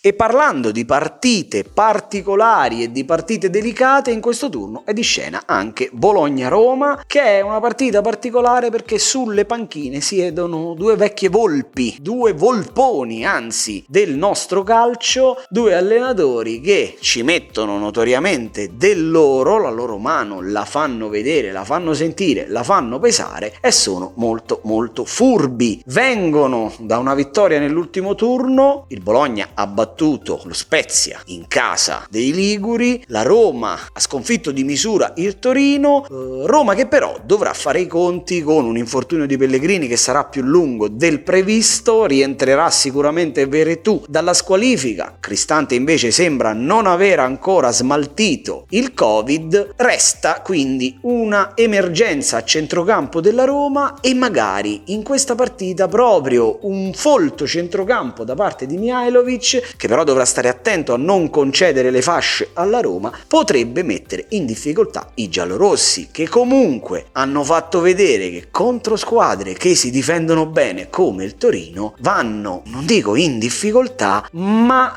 E parlando di partite particolari e di partite delicate, in questo turno è di scena anche Bologna-Roma, che è una partita particolare perché sulle panchine siedono due vecchie volpi, due volponi anzi del nostro calcio, due allenatori che ci mettono notoriamente del loro, la loro mano la fanno vedere, la fanno sentire, la fanno pesare e sono molto molto furbi. Vengono da una vittoria nell'ultimo turno, il Bologna ha battuto lo Spezia in casa dei liguri, la Roma ha sconfitto di misura il Torino, Roma che però dovrà fare i conti con un infortunio di Pellegrini che sarà più lungo del previsto, rientrerà sicuramente Veretù dalla squalifica, Cristante invece sembra non aver ancora smaltito il Covid, resta quindi una emergenza a centrocampo della Roma e magari in questa partita proprio un folto centrocampo da parte di Mihajlovic, che però dovrà stare attento a non concedere le fasce alla Roma, potrebbe mettere in difficoltà i giallorossi, che comunque hanno fatto vedere che contro squadre che si difendono bene come il Torino vanno, non dico in difficoltà, ma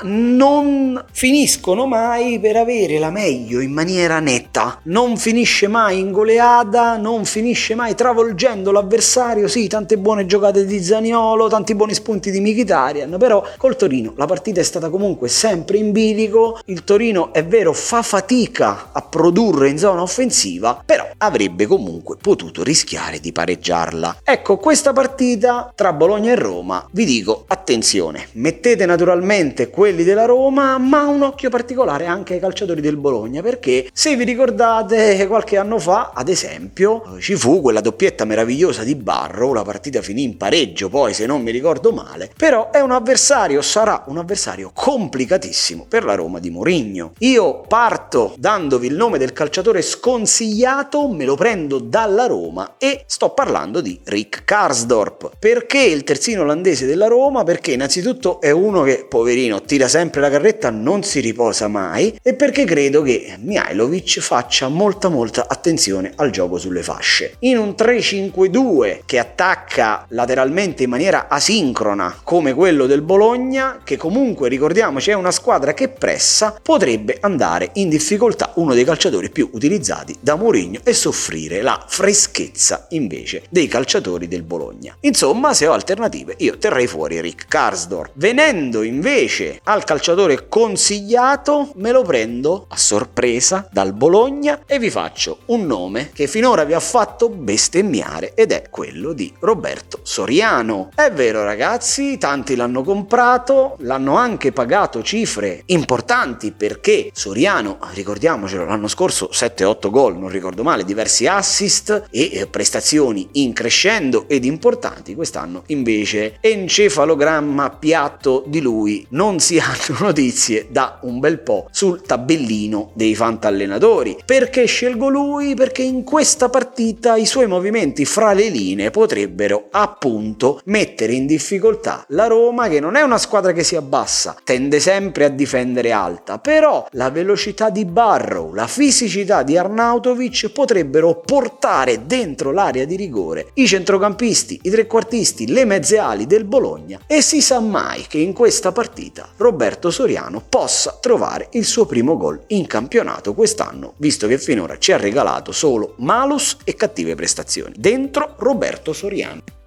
non finiscono mai per avere la meglio in maniera netta, non finisce mai in goleada, non finisce mai travolgendo l'avversario. Sì, tante buone giocate di Zaniolo, tanti buoni spunti di Mkhitaryan, però col Torino la partita è stata comunque sempre in bilico. Il Torino è vero fa fatica a produrre in zona offensiva, però avrebbe comunque potuto rischiare di pareggiarla. Ecco, questa partita tra Bologna e Roma, vi dico attenzione, mettete naturalmente quelli della Roma, ma un occhio particolare anche ai calciatori del Bologna, perché se vi ricordate qualche anno fa, ad esempio, ci fu quella doppietta meravigliosa di Barrow, la partita finì in pareggio poi se non mi ricordo male, però è un avversario, sarà un avversario complicatissimo per la Roma di Mourinho. Io parto dandovi il nome del calciatore sconsigliato, me lo prendo dalla Roma e sto parlando di Rick Karsdorp. Perché il terzino olandese della Roma? Perché innanzitutto è uno che, poverino, tira sempre la carretta, non si riposa mai, e perché credo che Mihajlovic faccia molta attenzione al gioco sulle fasce. In un 3-5-2 che attacca lateralmente in maniera asincrona come quello del Bologna, che comunque ricordiamoci è una squadra che pressa, potrebbe andare in difficoltà uno dei calciatori più utilizzati da Mourinho e soffrire la freschezza invece dei calciatori del Bologna. Insomma, se ho alternative io terrei fuori Rick Karsdorp. Venendo invece al calciatore consigliato, me lo prendo a sorpresa dal Bologna e vi faccio un nome che finora vi ha fatto bestemmiare ed è quello di Roberto Soriano. È vero ragazzi, tanti l'hanno comprato, l'hanno anche pagato cifre importanti perché Soriano, ricordiamocelo, l'anno scorso 7-8 gol, non ricordo male, diversi assist e prestazioni in crescendo ed importanti. Quest'anno invece encefalogramma piatto di lui, non si hanno notizie da un bel po' sul tabellino dei fantallenatori. Perché scelgo lui? Perché in questa partita i suoi movimenti fra le linee potrebbero appunto mettere in difficoltà la Roma, che non è una squadra che si abbassa, tende sempre a difendere alta, però la velocità di Barrow, la fisicità di Arnautovic potrebbero portare dentro l'area di rigore i centrocampisti, i trequartisti, le mezze ali del Bologna, e si sa mai che in questa partita Roberto Soriano possa trovare il suo primo gol in campionato quest'anno, visto che finora ci ha regalato solo malus e cattive prestazioni. Dentro Roberto Soriano.